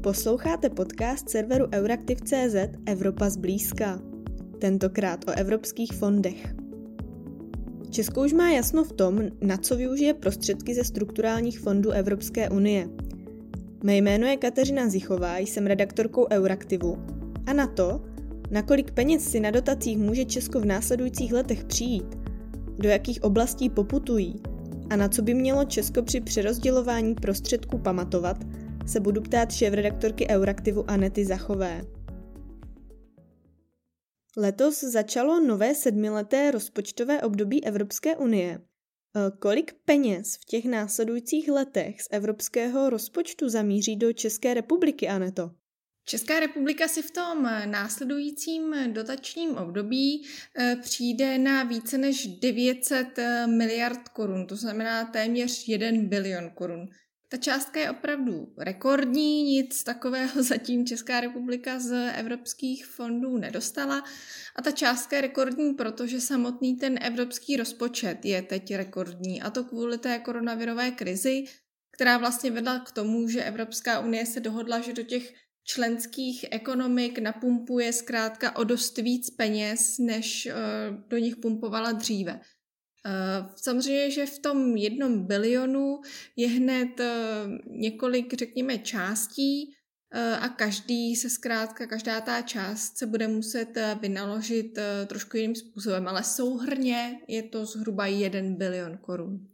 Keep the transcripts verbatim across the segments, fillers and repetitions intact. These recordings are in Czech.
Posloucháte podcast serveru Euraktiv tečka cé zet Evropa zblízka. Tentokrát o evropských fondech. Česko už má jasno v tom, na co využije prostředky ze strukturálních fondů Evropské unie. Mé jméno je Kateřina Zichová, jsem redaktorkou Euraktivu. A na to, na kolik peněz si na dotacích může Česko v následujících letech přijít, do jakých oblastí poputují a na co by mělo Česko při přerozdělování prostředků pamatovat, se budu ptát šéfredaktorky Euraktivu Anety Zachové. Letos začalo nové sedmileté rozpočtové období Evropské unie. Kolik peněz v těch následujících letech z evropského rozpočtu zamíří do České republiky, Aneto? Česká republika si v tom následujícím dotačním období přijde na více než devět set miliard korun, to znamená téměř jeden bilion korun. Ta částka je opravdu rekordní, nic takového zatím Česká republika z evropských fondů nedostala. A ta částka je rekordní, protože samotný ten evropský rozpočet je teď rekordní. A to kvůli té koronavirové krizi, která vlastně vedla k tomu, že Evropská unie se dohodla, že do těch členských ekonomik napumpuje zkrátka o dost víc peněz, než do nich pumpovala dříve. Samozřejmě, že v tom jednom bilionu je hned několik, řekněme, částí a každý se zkrátka, každá ta část se bude muset vynaložit trošku jiným způsobem, ale souhrnně je to zhruba jeden bilion korun.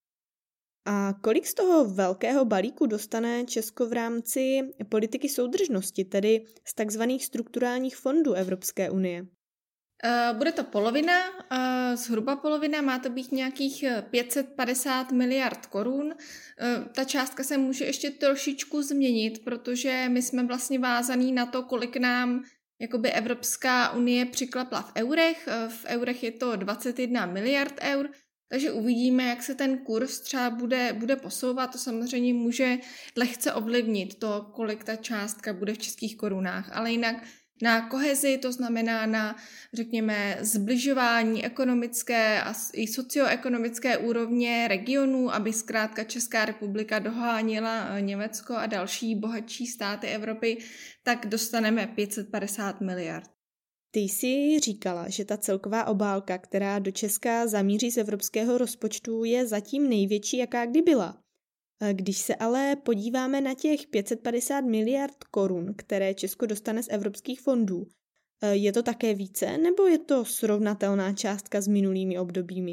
A kolik z toho velkého balíku dostane Česko v rámci politiky soudržnosti, tedy z takzvaných strukturálních fondů Evropské unie? Bude to polovina, zhruba polovina, má to být nějakých pět set padesát miliard korun. Ta částka se může ještě trošičku změnit, protože my jsme vlastně vázaný na to, kolik nám jakoby Evropská unie přiklepla v eurech. V eurech je to dvacet jedna miliard eur, takže uvidíme, jak se ten kurz třeba bude, bude posouvat. To samozřejmě může lehce ovlivnit to, kolik ta částka bude v českých korunách, ale jinak na kohezi, to znamená na, řekněme, zbližování ekonomické a i socioekonomické úrovně regionů, aby zkrátka Česká republika doháněla Německo a další bohatší státy Evropy, tak dostaneme pět set padesát miliard. Ty jsi říkala, že ta celková obálka, která do Česka zamíří z evropského rozpočtu, je zatím největší, jaká kdy byla. Když se ale podíváme na těch pět set padesát miliard korun, které Česko dostane z evropských fondů, je to také více, nebo je to srovnatelná částka s minulými obdobími?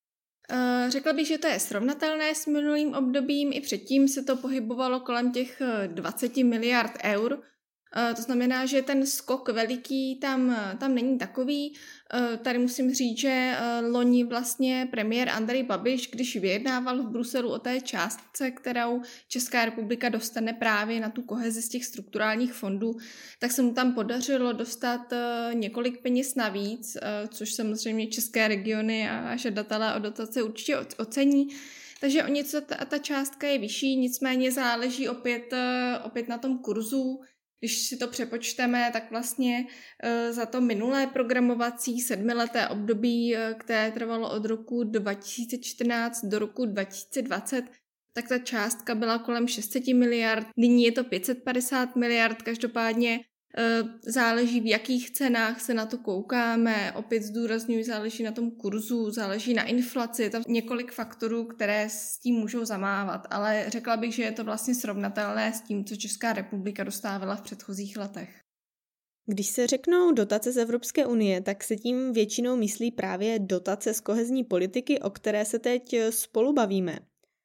Řekla bych, že to je srovnatelné s minulým obdobím. I předtím se to pohybovalo kolem těch dvacet miliard eur. To znamená, že ten skok veliký tam, tam není takový. Tady musím říct, že loni vlastně premiér Andrej Babiš, když vyjednával v Bruselu o té částce, kterou Česká republika dostane právě na tu kohezi z těch strukturálních fondů, tak se mu tam podařilo dostat několik peněz navíc, což samozřejmě české regiony a žadatelé o dotace určitě ocení. Takže o něco ta, ta částka je vyšší, nicméně záleží opět, opět na tom kurzu. Když si to přepočteme, tak vlastně za to minulé programovací sedmileté období, které trvalo od roku dva tisíce čtrnáct do roku dva tisíce dvacet, tak ta částka byla kolem šest set miliard, nyní je to pět set padesát miliard, každopádně záleží, v jakých cenách se na to koukáme, opět zdůrazňuji, záleží na tom kurzu, záleží na inflaci, je tam několik faktorů, které s tím můžou zamávat, ale řekla bych, že je to vlastně srovnatelné s tím, co Česká republika dostávala v předchozích letech. Když se řeknou dotace z Evropské unie, tak se tím většinou myslí právě dotace z kohezní politiky, o které se teď spolu bavíme.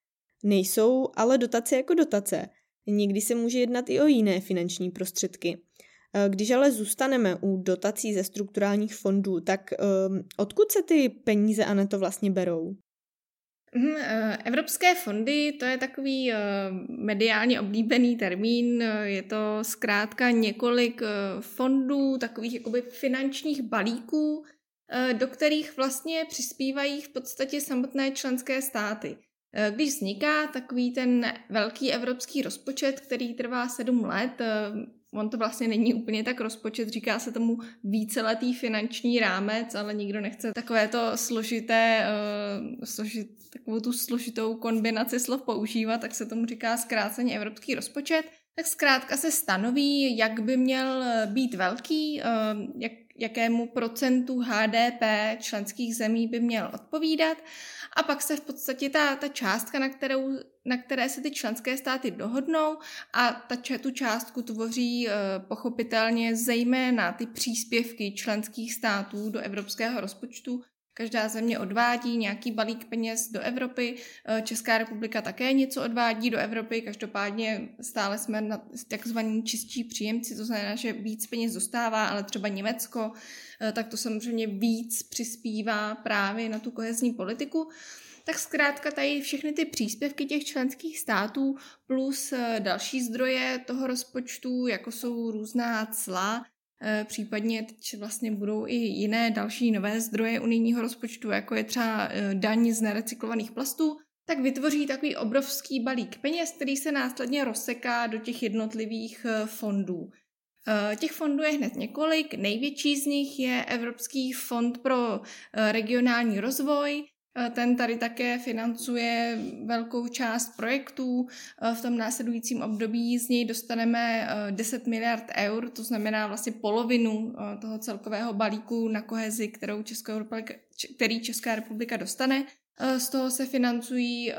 Nejsou ale dotace jako dotace. Někdy se může jednat i o jiné finanční prostředky. Když ale zůstaneme u dotací ze strukturálních fondů, tak um, odkud se ty peníze, Aneto, vlastně berou? Evropské fondy, to je takový uh, mediálně oblíbený termín, je to zkrátka několik uh, fondů, takových jakoby finančních balíků, uh, do kterých vlastně přispívají v podstatě samotné členské státy. Když vzniká takový ten velký evropský rozpočet, který trvá sedm let, on to vlastně není úplně tak rozpočet, říká se tomu víceletý finanční rámec, ale nikdo nechce takovéto složité, složit, takovou tu složitou kombinaci slov používat, tak se tomu říká zkráceně evropský rozpočet. tak zkrátka se stanoví, jak by měl být velký, jak, jakému procentu H D P členských zemí by měl odpovídat a pak se v podstatě ta, ta částka, na, kterou, na které se ty členské státy dohodnou a ta, tu částku tvoří pochopitelně zejména ty příspěvky členských států do evropského rozpočtu. Každá země odvádí nějaký balík peněz do Evropy, Česká republika také něco odvádí do Evropy, každopádně stále jsme na takzvaný čistí příjemci, to znamená, že víc peněz dostává, ale třeba Německo, tak to samozřejmě víc přispívá právě na tu kohezní politiku. Tak zkrátka tady všechny ty příspěvky těch členských států plus další zdroje toho rozpočtu, jako jsou různá cla, případně teď vlastně budou i jiné další nové zdroje unijního rozpočtu, jako je třeba daň z nerecyklovaných plastů, tak vytvoří takový obrovský balík peněz, který se následně rozseká do těch jednotlivých fondů. Těch fondů je hned několik, největší z nich je Evropský fond pro regionální rozvoj. Ten tady také financuje velkou část projektů. V tom následujícím období z něj dostaneme deset miliard eur, to znamená vlastně polovinu toho celkového balíku na kohezi, kterou Česká republika, který Česká republika dostane. Z toho se financují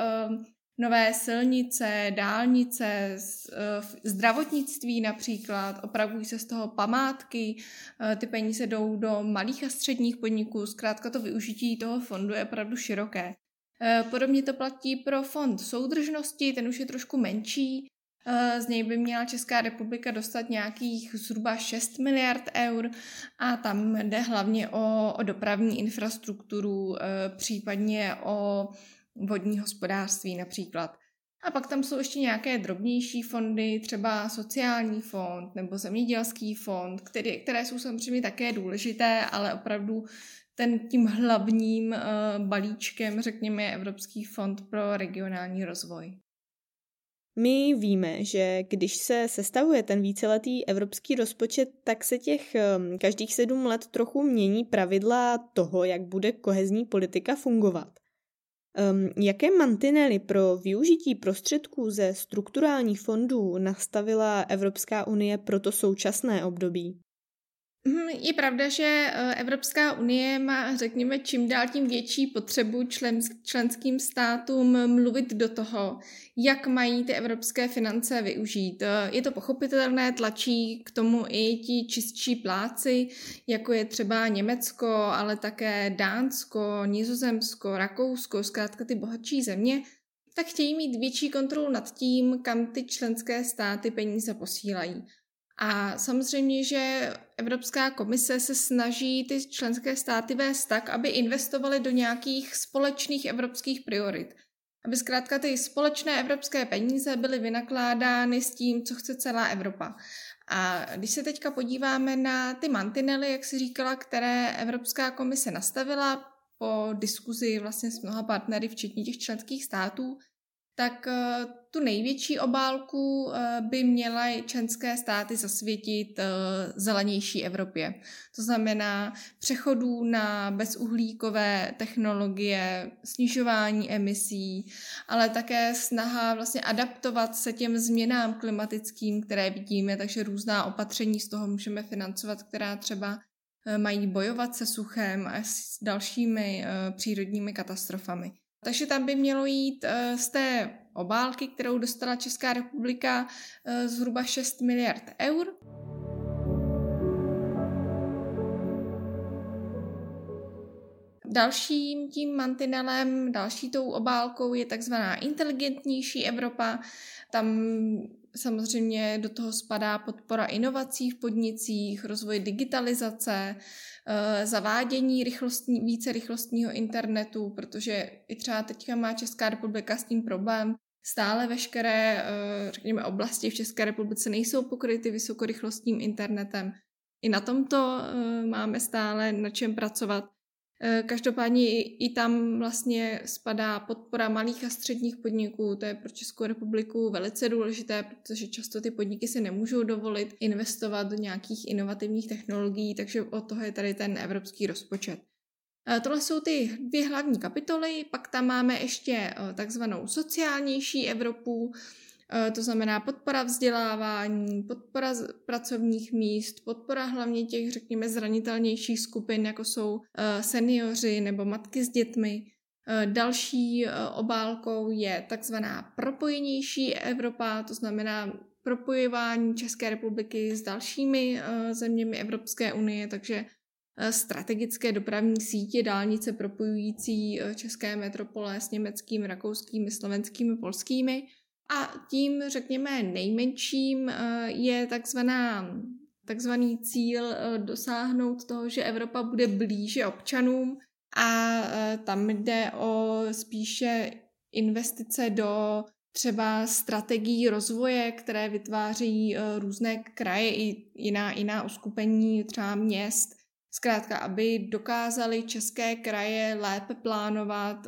nové silnice, dálnice, zdravotnictví například, opravují se z toho památky, ty peníze jdou do malých a středních podniků, zkrátka to využití toho fondu je opravdu široké. Podobně to platí pro fond soudržnosti, ten už je trošku menší, z něj by měla Česká republika dostat nějakých zhruba šest miliard eur a tam jde hlavně o, o dopravní infrastrukturu, případně o vodní hospodářství například. A pak tam jsou ještě nějaké drobnější fondy, třeba sociální fond nebo zemědělský fond, který, které jsou samozřejmě také důležité, ale opravdu ten tím hlavním uh, balíčkem, řekněme, je Evropský fond pro regionální rozvoj. My víme, že když se sestavuje ten víceletý evropský rozpočet, tak se těch um, každých sedm let trochu mění pravidla toho, jak bude kohezní politika fungovat. Um, jaké mantinely pro využití prostředků ze strukturálních fondů nastavila Evropská unie pro to současné období? Je pravda, že Evropská unie má, řekněme, čím dál tím větší potřebu člen, členským státům mluvit do toho, jak mají ty evropské finance využít. Je to pochopitelné, tlačí k tomu i ti čistší pláci, jako je třeba Německo, ale také Dánsko, Nizozemsko, Rakousko, zkrátka ty bohatší země, tak chtějí mít větší kontrolu nad tím, kam ty členské státy peníze posílají. A samozřejmě, že Evropská komise se snaží ty členské státy vést tak, aby investovaly do nějakých společných evropských priorit. Aby zkrátka ty společné evropské peníze byly vynakládány s tím, co chce celá Evropa. A když se teďka podíváme na ty mantinely, jak si říkala, které Evropská komise nastavila po diskuzi vlastně s mnoha partnery, včetně těch členských států, tak tu největší obálku by měla členské státy zasvětit zelenější Evropě. To znamená přechodů na bezuhlíkové technologie, snižování emisí, ale také snaha vlastně adaptovat se těm změnám klimatickým, které vidíme, takže různá opatření z toho můžeme financovat, která třeba mají bojovat se suchem a s dalšími přírodními katastrofami. Takže tam by mělo jít z té obálky, kterou dostala Česká republika, zhruba šest miliard eur. Dalším tím mantinelem, další tou obálkou je takzvaná inteligentnější Evropa. Tam samozřejmě do toho spadá podpora inovací v podnicích, rozvoj digitalizace, zavádění rychlostní, více rychlostního internetu, protože i třeba teďka má Česká republika s tím problém. Stále veškeré, řekněme, oblasti v České republice nejsou pokryty vysokorychlostním internetem. I na tomto máme stále na čem pracovat. Každopádně i tam vlastně spadá podpora malých a středních podniků, to je pro Českou republiku velice důležité, protože často ty podniky si nemůžou dovolit investovat do nějakých inovativních technologií, takže od toho je tady ten evropský rozpočet. Tohle jsou ty dvě hlavní kapitoly, pak tam máme ještě takzvanou sociálnější Evropu, To znamená podpora vzdělávání, podpora pracovních míst, podpora hlavně těch, řekněme, zranitelnějších skupin, jako jsou seniori nebo matky s dětmi. Další obálkou je takzvaná propojenější Evropa, to znamená propojování České republiky s dalšími zeměmi Evropské unie, takže strategické dopravní sítě, dálnice propojující české metropole s německými, rakouskými, slovenskými, polskými. A tím, řekněme, nejmenším je takzvaná, takzvaný cíl dosáhnout toho, že Evropa bude blíže občanům, a tam jde o spíše investice do třeba strategií rozvoje, které vytváří různé kraje i jiná, jiná uskupení, třeba měst. Zkrátka, aby dokázali české kraje lépe plánovat,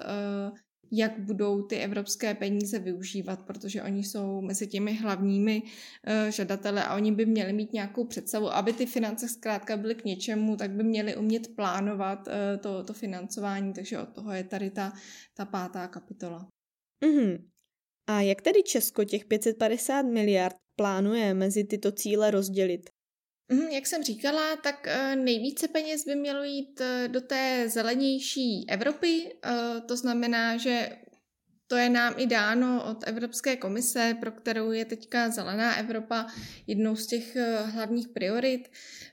jak budou ty evropské peníze využívat, protože oni jsou mezi těmi hlavními žadateli a oni by měli mít nějakou představu. Aby ty finance zkrátka byly k něčemu, tak by měli umět plánovat to, to financování, takže od toho je tady ta, ta pátá kapitola. Mm-hmm. A jak tedy Česko těch pět set padesát miliard plánuje mezi tyto cíle rozdělit? Jak jsem říkala, tak nejvíce peněz by mělo jít do té zelenější Evropy. To znamená, že to je nám i dáno od Evropské komise, pro kterou je teďka zelená Evropa jednou z těch hlavních priorit.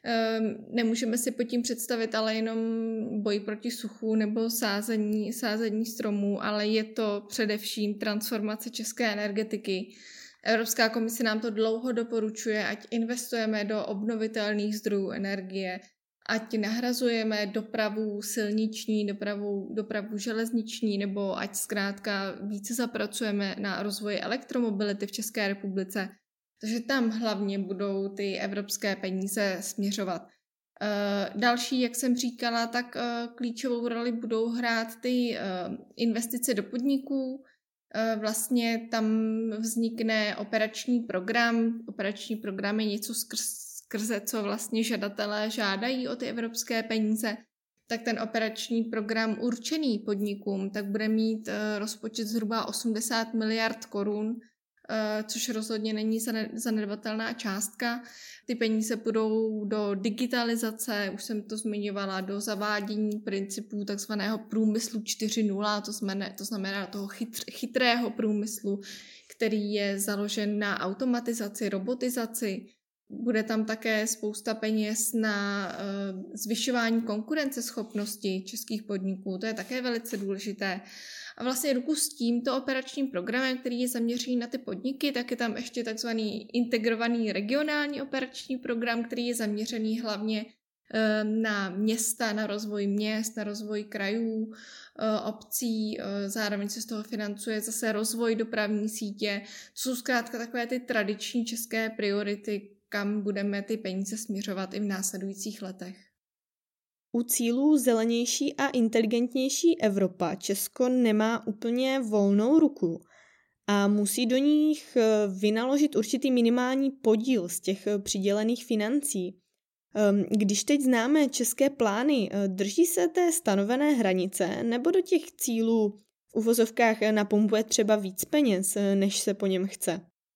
Nemůžeme si pod tím představit ale jenom boj proti suchu nebo sázení, sázení stromů, ale je to především transformace české energetiky. Evropská komise nám to dlouho doporučuje, ať investujeme do obnovitelných zdrojů energie, ať nahrazujeme dopravu silniční, dopravu, dopravu železniční, nebo ať zkrátka více zapracujeme na rozvoji elektromobility v České republice. Takže tam hlavně budou ty evropské peníze směřovat. Další, jak jsem říkala, tak klíčovou roli budou hrát ty investice do podniků. Vlastně tam vznikne operační program. Operační program je něco skrz, skrze, co vlastně žadatelé žádají o ty evropské peníze. Tak ten operační program určený podnikům tak bude mít rozpočet zhruba osmdesát miliard korun, což rozhodně není zanedbatelná částka. Ty peníze půjdou do digitalizace, už jsem to zmiňovala, do zavádění principů takzvaného průmyslu čtyři tečka nula, to znamená, to znamená toho chytř, chytrého průmyslu, který je založen na automatizaci, robotizaci. Bude tam také spousta peněz na uh, zvyšování konkurenceschopnosti českých podniků, to je také velice důležité. A vlastně ruku s tímto operačním programem, který je zaměřený na ty podniky, tak je tam ještě takzvaný integrovaný regionální operační program, který je zaměřený hlavně uh, na města, na rozvoj měst, na rozvoj krajů, uh, obcí, uh, zároveň se z toho financuje zase rozvoj dopravní sítě. To jsou zkrátka takové ty tradiční české priority, kam budeme ty peníze směřovat i v následujících letech. U cílů zelenější a inteligentnější Evropa Česko nemá úplně volnou ruku a musí do nich vynaložit určitý minimální podíl z těch přidělených financí. Když teď známe české plány, drží se té stanovené hranice nebo do těch cílů v uvozovkách napumpuje třeba víc peněz, než se po něm chce?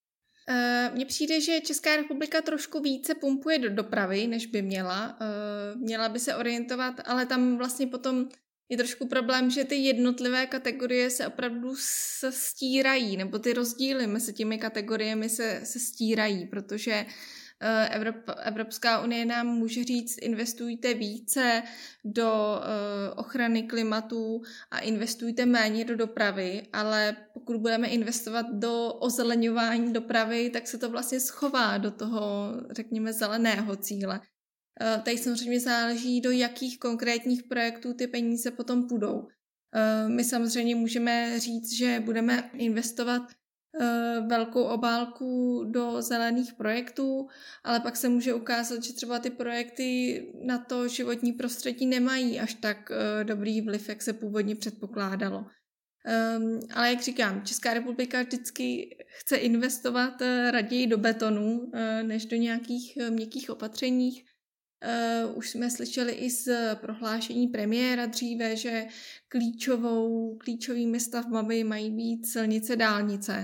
Mně přijde, že Česká republika trošku více pumpuje do dopravy, než by měla. Měla by se orientovat, ale tam vlastně potom je trošku problém, že ty jednotlivé kategorie se opravdu stírají, nebo ty rozdíly mezi těmi kategoriemi se, se stírají, protože Evropa, Evropská unie nám může říct, investujte více do uh, ochrany klimatu a investujte méně do dopravy, ale pokud budeme investovat do ozeleňování dopravy, tak se to vlastně schová do toho, řekněme, zeleného cíle. Uh, tady samozřejmě záleží, do jakých konkrétních projektů ty peníze potom půjdou. Uh, my samozřejmě můžeme říct, že budeme investovat velkou obálku do zelených projektů, ale pak se může ukázat, že třeba ty projekty na to životní prostředí nemají až tak dobrý vliv, jak se původně předpokládalo. Um, ale jak říkám, Česká republika vždycky chce investovat raději do betonu, uh, než do nějakých měkkých opatřeních. Uh, už jsme slyšeli i z prohlášení premiéra dříve, že klíčovou, klíčovými stavbami mají být silnice, dálnice.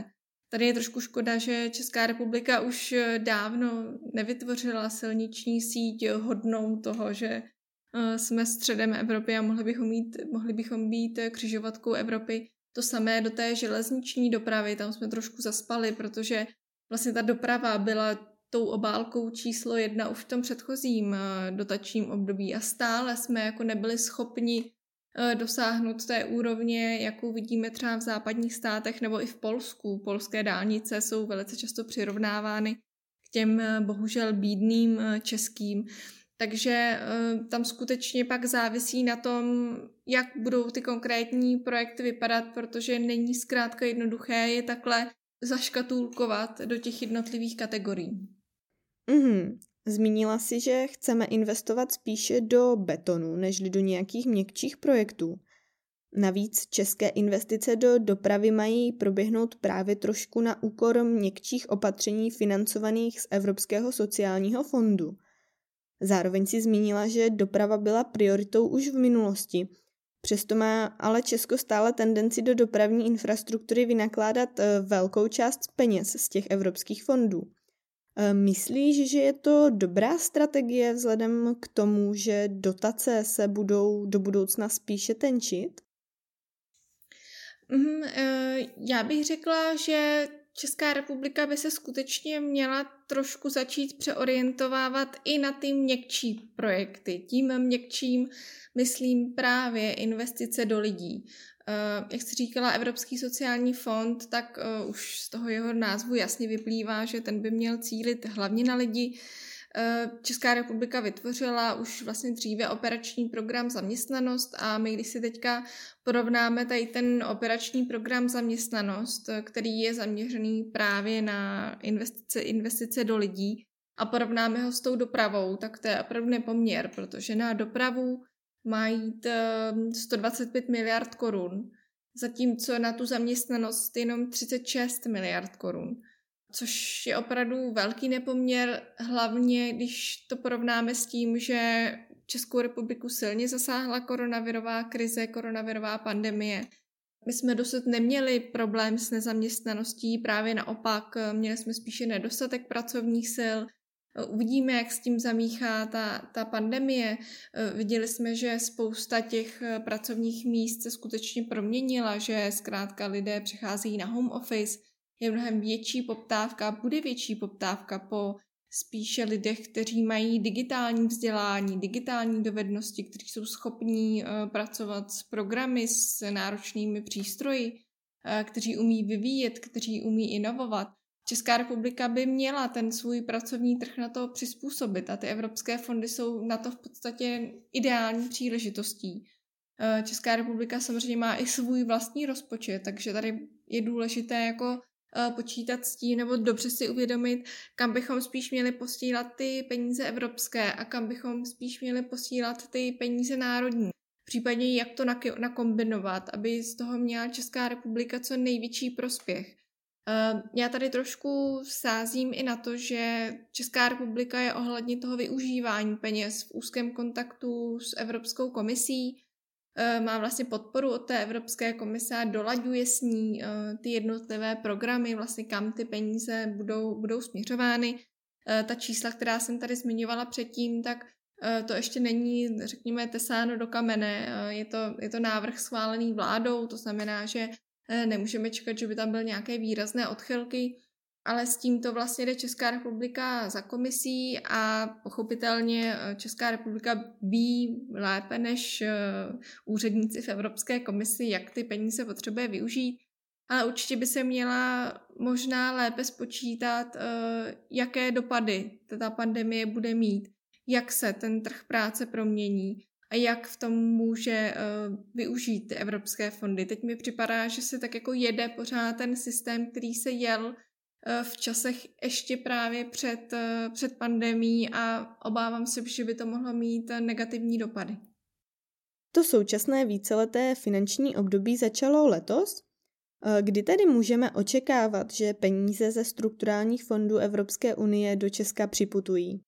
tady je trošku škoda, že Česká republika už dávno nevytvořila silniční síť hodnou toho, že jsme středem Evropy a mohli bychom, mít, mohli bychom být křižovatkou Evropy. To samé do té železniční dopravy, tam jsme trošku zaspali, protože vlastně ta doprava byla tou obálkou číslo jedna už v tom předchozím dotačním období a stále jsme jako nebyli schopni dosáhnout té úrovně, jakou vidíme třeba v západních státech nebo i v Polsku. Polské dálnice jsou velice často přirovnávány k těm bohužel bídným českým. Takže tam skutečně pak závisí na tom, jak budou ty konkrétní projekty vypadat, protože není zkrátka jednoduché je takhle zaškatulkovat do těch jednotlivých kategorií. Mhm. Zmínila si, že chceme investovat spíše do betonu, nežli do nějakých měkčích projektů. Navíc české investice do dopravy mají proběhnout právě trošku na úkor měkčích opatření financovaných z Evropského sociálního fondu. Zároveň si zmínila, že doprava byla prioritou už v minulosti. Přesto má ale Česko stále tendenci do dopravní infrastruktury vynakládat velkou část peněz z těch evropských fondů. Myslíš, že je to dobrá strategie vzhledem k tomu, že dotace se budou do budoucna spíše tenčit? Mm, já bych řekla, že Česká republika by se skutečně měla trošku začít přeorientovávat i na ty měkčí projekty. Tím měkčím myslím právě investice do lidí. Jak jsi říkala, Evropský sociální fond, tak už z toho jeho názvu jasně vyplývá, že ten by měl cílit hlavně na lidi. Česká republika vytvořila už vlastně dříve operační program zaměstnanost a my, když si teďka porovnáme tady ten operační program zaměstnanost, který je zaměřený právě na investice, investice do lidí a porovnáme ho s tou dopravou, tak to je opravdu nepoměr, protože na dopravu má jít sto dvacet pět miliard korun, zatímco na tu zaměstnanost jenom třicet šest miliard korun. Což je opravdu velký nepoměr, hlavně když to porovnáme s tím, že Českou republiku silně zasáhla koronavirová krize, koronavirová pandemie. My jsme dosud neměli problém s nezaměstnaností, právě naopak, měli jsme spíše nedostatek pracovních sil. Uvidíme, jak s tím zamíchá ta, ta pandemie. Viděli jsme, že spousta těch pracovních míst se skutečně proměnila, že zkrátka lidé přecházejí na home office, je mnohem větší poptávka, bude větší poptávka po spíše lidech, kteří mají digitální vzdělání, digitální dovednosti, kteří jsou schopní uh, pracovat s programy, s náročnými přístroji, uh, kteří umí vyvíjet, kteří umí inovovat. Česká republika by měla ten svůj pracovní trh na to přizpůsobit a ty evropské fondy jsou na to v podstatě ideální příležitostí. Uh, Česká republika samozřejmě má i svůj vlastní rozpočet, takže tady je důležité jako počítat s tím, nebo dobře si uvědomit, kam bychom spíš měli posílat ty peníze evropské a kam bychom spíš měli posílat ty peníze národní. Případně jak to nakombinovat, aby z toho měla Česká republika co největší prospěch. Já tady trošku sázím i na to, že Česká republika je ohledně toho využívání peněz v úzkém kontaktu s Evropskou komisí, má vlastně podporu od té Evropské komise a dolaďuje s ní ty jednotlivé programy, vlastně kam ty peníze budou, budou směřovány. Ta čísla, která jsem tady zmiňovala předtím, tak to ještě není, řekněme, tesáno do kamene. Je to, je to návrh schválený vládou, to znamená, že nemůžeme čekat, že by tam byly nějaké výrazné odchylky, ale s tímto vlastně jde Česká republika za komisí a pochopitelně Česká republika ví lépe než úředníci v Evropské komisi, jak ty peníze potřebuje využít, ale určitě by se měla možná lépe spočítat, jaké dopady ta pandemie bude mít, jak se ten trh práce promění a jak v tom může využít ty evropské fondy. Teď mi připadá, že se tak jako jede pořád ten systém, který se jel v časech ještě právě před, před pandemií a obávám se, že by to mohlo mít negativní dopady. To současné víceleté finanční období začalo letos? Kdy tedy můžeme očekávat, že peníze ze strukturálních fondů Evropské unie do Česka připutují?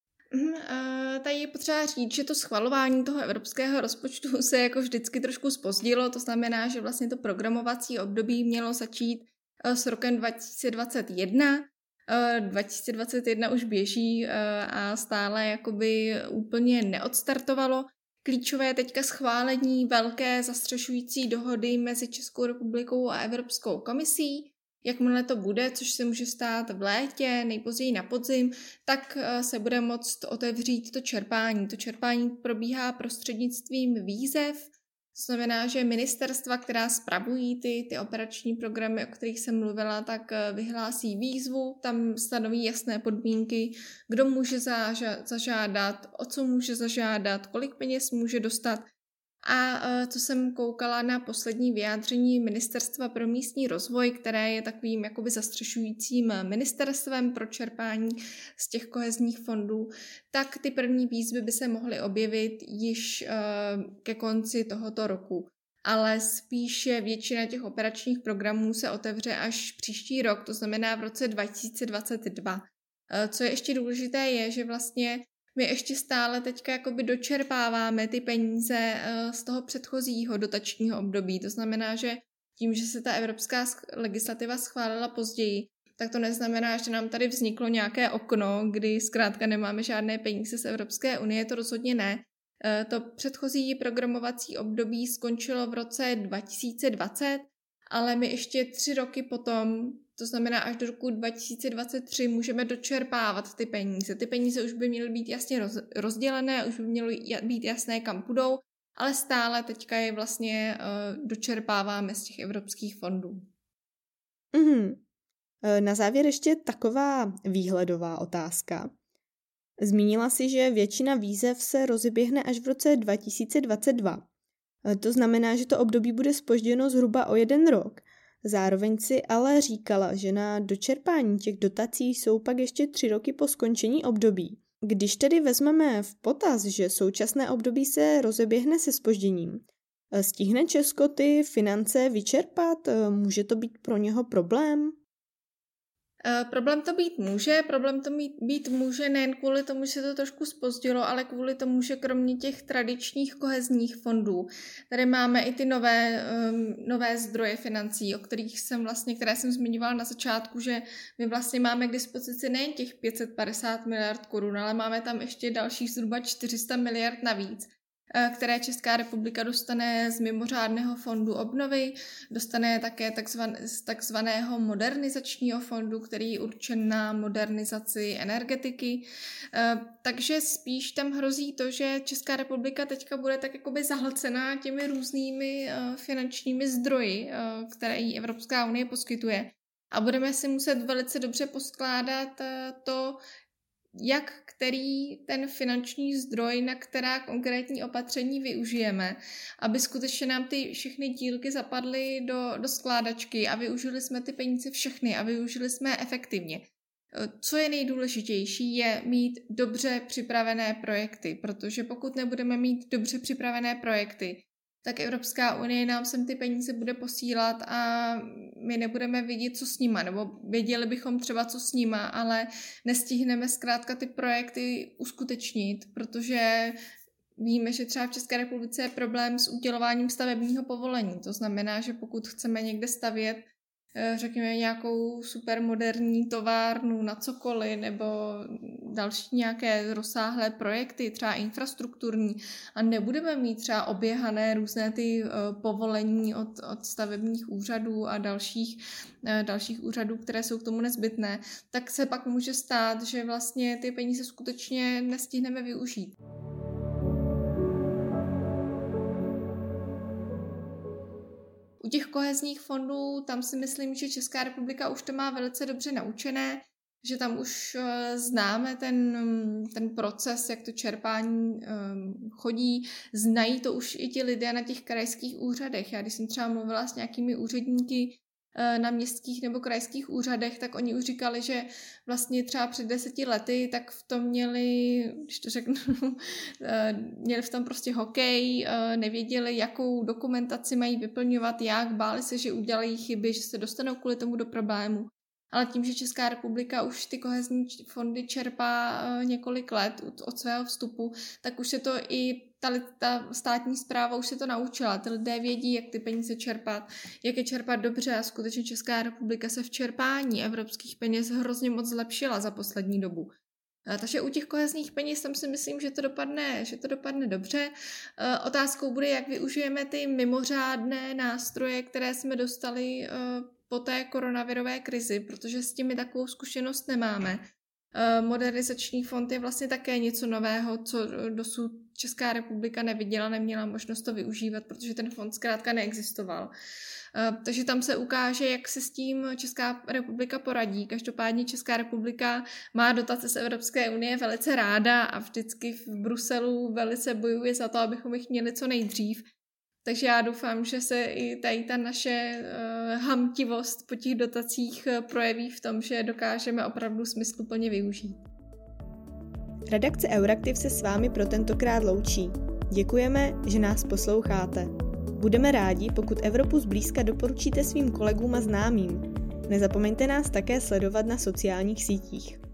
Tady je potřeba říct, že to schvalování toho evropského rozpočtu se jako vždycky trošku zpozdilo, to znamená, že vlastně to programovací období mělo začít s rokem dva tisíce dvacet jedna. dva tisíce dvacet jedna už běží a stále jakoby úplně neodstartovalo. Klíčové je teďka schválení velké zastřešující dohody mezi Českou republikou a Evropskou komisí. Jakmile to bude, což se může stát v létě, nejpozději na podzim, tak se bude moct otevřít to čerpání. To čerpání probíhá prostřednictvím výzev. To znamená, že ministerstva, která spravují ty, ty operační programy, o kterých jsem mluvila, tak vyhlásí výzvu, tam stanoví jasné podmínky, kdo může zažádat, o co může zažádat, kolik peněz může dostat. A co jsem koukala na poslední vyjádření Ministerstva pro místní rozvoj, které je takovým jakoby zastřešujícím ministerstvem pro čerpání z těch kohezních fondů, tak ty první výzvy by se mohly objevit již ke konci tohoto roku. Ale spíše většina těch operačních programů se otevře až příští rok, to znamená v roce dva tisíce dvacet dva. Co je ještě důležité je, že vlastně my ještě stále teďka jakoby dočerpáváme ty peníze z toho předchozího dotačního období. To znamená, že tím, že se ta evropská legislativa schválila později, tak to neznamená, že nám tady vzniklo nějaké okno, kdy zkrátka nemáme žádné peníze z Evropské unie, to rozhodně ne. To předchozí programovací období skončilo v roce dva tisíce dvacet, ale my ještě tři roky potom, to znamená až do roku dva tisíce dvacet tři, můžeme dočerpávat ty peníze. Ty peníze už by měly být jasně roz, rozdělené, už by mělo být jasné, kam půjdou, ale stále teďka je vlastně uh, dočerpáváme z těch evropských fondů. Mm-hmm. Na závěr ještě taková výhledová otázka. Zmínila si, že většina výzev se rozeběhne až v roce dva tisíce dvacet dva. To znamená, že to období bude zpožděno zhruba o jeden rok. Zároveň si ale říkala, že na dočerpání těch dotací jsou pak ještě tři roky po skončení období. Když tedy vezmeme v potaz, že současné období se rozeběhne se zpožděním, stihne Česko ty finance vyčerpat? Může to být pro něho problém? Uh, problém to být může, problém to být, být může nejen kvůli tomu, že se to trošku zpozdilo, ale kvůli tomu, že kromě těch tradičních kohezních fondů, tady máme i ty nové, um, nové zdroje financí, o kterých jsem vlastně, které jsem zmiňovala na začátku, že my vlastně máme k dispozici nejen těch pět set padesát miliard korun, ale máme tam ještě dalších zhruba čtyři sta miliard navíc, které Česká republika dostane z mimořádného fondu obnovy, dostane také takzvan, z takzvaného modernizačního fondu, který je určen na modernizaci energetiky. Takže spíš tam hrozí to, že Česká republika teďka bude tak jakoby zahlcená těmi různými finančními zdroji, které jí Evropská unie poskytuje. A budeme si muset velice dobře poskládat to, jak který ten finanční zdroj, na která konkrétní opatření využijeme, aby skutečně nám ty všechny dílky zapadly do, do skládačky a využili jsme ty peníze všechny a využili jsme je efektivně. Co je nejdůležitější, je mít dobře připravené projekty, protože pokud nebudeme mít dobře připravené projekty, tak Evropská unie nám sem ty peníze bude posílat a my nebudeme vědět, co s nima, nebo věděli bychom třeba, co s nima, ale nestihneme zkrátka ty projekty uskutečnit, protože víme, že třeba v České republice je problém s udělováním stavebního povolení. To znamená, že pokud chceme někde stavět, řekněme, nějakou supermoderní továrnu na cokoliv nebo další nějaké rozsáhlé projekty, třeba infrastrukturní, a nebudeme mít třeba oběhané různé ty povolení od, od stavebních úřadů a dalších, dalších úřadů, které jsou k tomu nezbytné, tak se pak může stát, že vlastně ty peníze skutečně nestihneme využít. U těch kohezních fondů, tam si myslím, že Česká republika už to má velice dobře naučené, že tam už známe ten, ten proces, jak to čerpání chodí, znají to už i ti lidé na těch krajských úřadech. Já když jsem třeba mluvila s nějakými úředníky na městských nebo krajských úřadech, tak oni už říkali, že vlastně třeba před deseti lety tak v tom měli, když to řeknu, měli v tom prostě hokej, nevěděli, jakou dokumentaci mají vyplňovat, jak, báli se, že udělají chyby, že se dostanou kvůli tomu do problému. Ale tím, že Česká republika už ty kohezní fondy čerpá několik let od svého vstupu, tak už se to i ta, ta státní správa už se to naučila, ty lidé vědí, jak ty peníze čerpat, jak je čerpat dobře a skutečně Česká republika se v čerpání evropských peněz hrozně moc zlepšila za poslední dobu. Takže u těch kohezních peněz tam si myslím, že to dopadne, že to dopadne dobře. Otázkou bude, jak využijeme ty mimořádné nástroje, které jsme dostali po té koronavirové krizi, protože s těmi takovou zkušenost nemáme. Modernizační fond je vlastně také něco nového, co dosud Česká republika neviděla, neměla možnost to využívat, protože ten fond zkrátka neexistoval. Takže tam se ukáže, jak se s tím Česká republika poradí. Každopádně Česká republika má dotace z Evropské unie velice ráda a vždycky v Bruselu velice bojuje za to, abychom jich měli co nejdřív. Takže já doufám, že se i tady ta naše uh, hamtivost po těch dotacích uh, projeví v tom, že dokážeme opravdu smysluplně využít. Redakce Euraktiv se s vámi pro tentokrát loučí. Děkujeme, že nás posloucháte. Budeme rádi, pokud Evropu zblízka doporučíte svým kolegům a známým. Nezapomeňte nás také sledovat na sociálních sítích.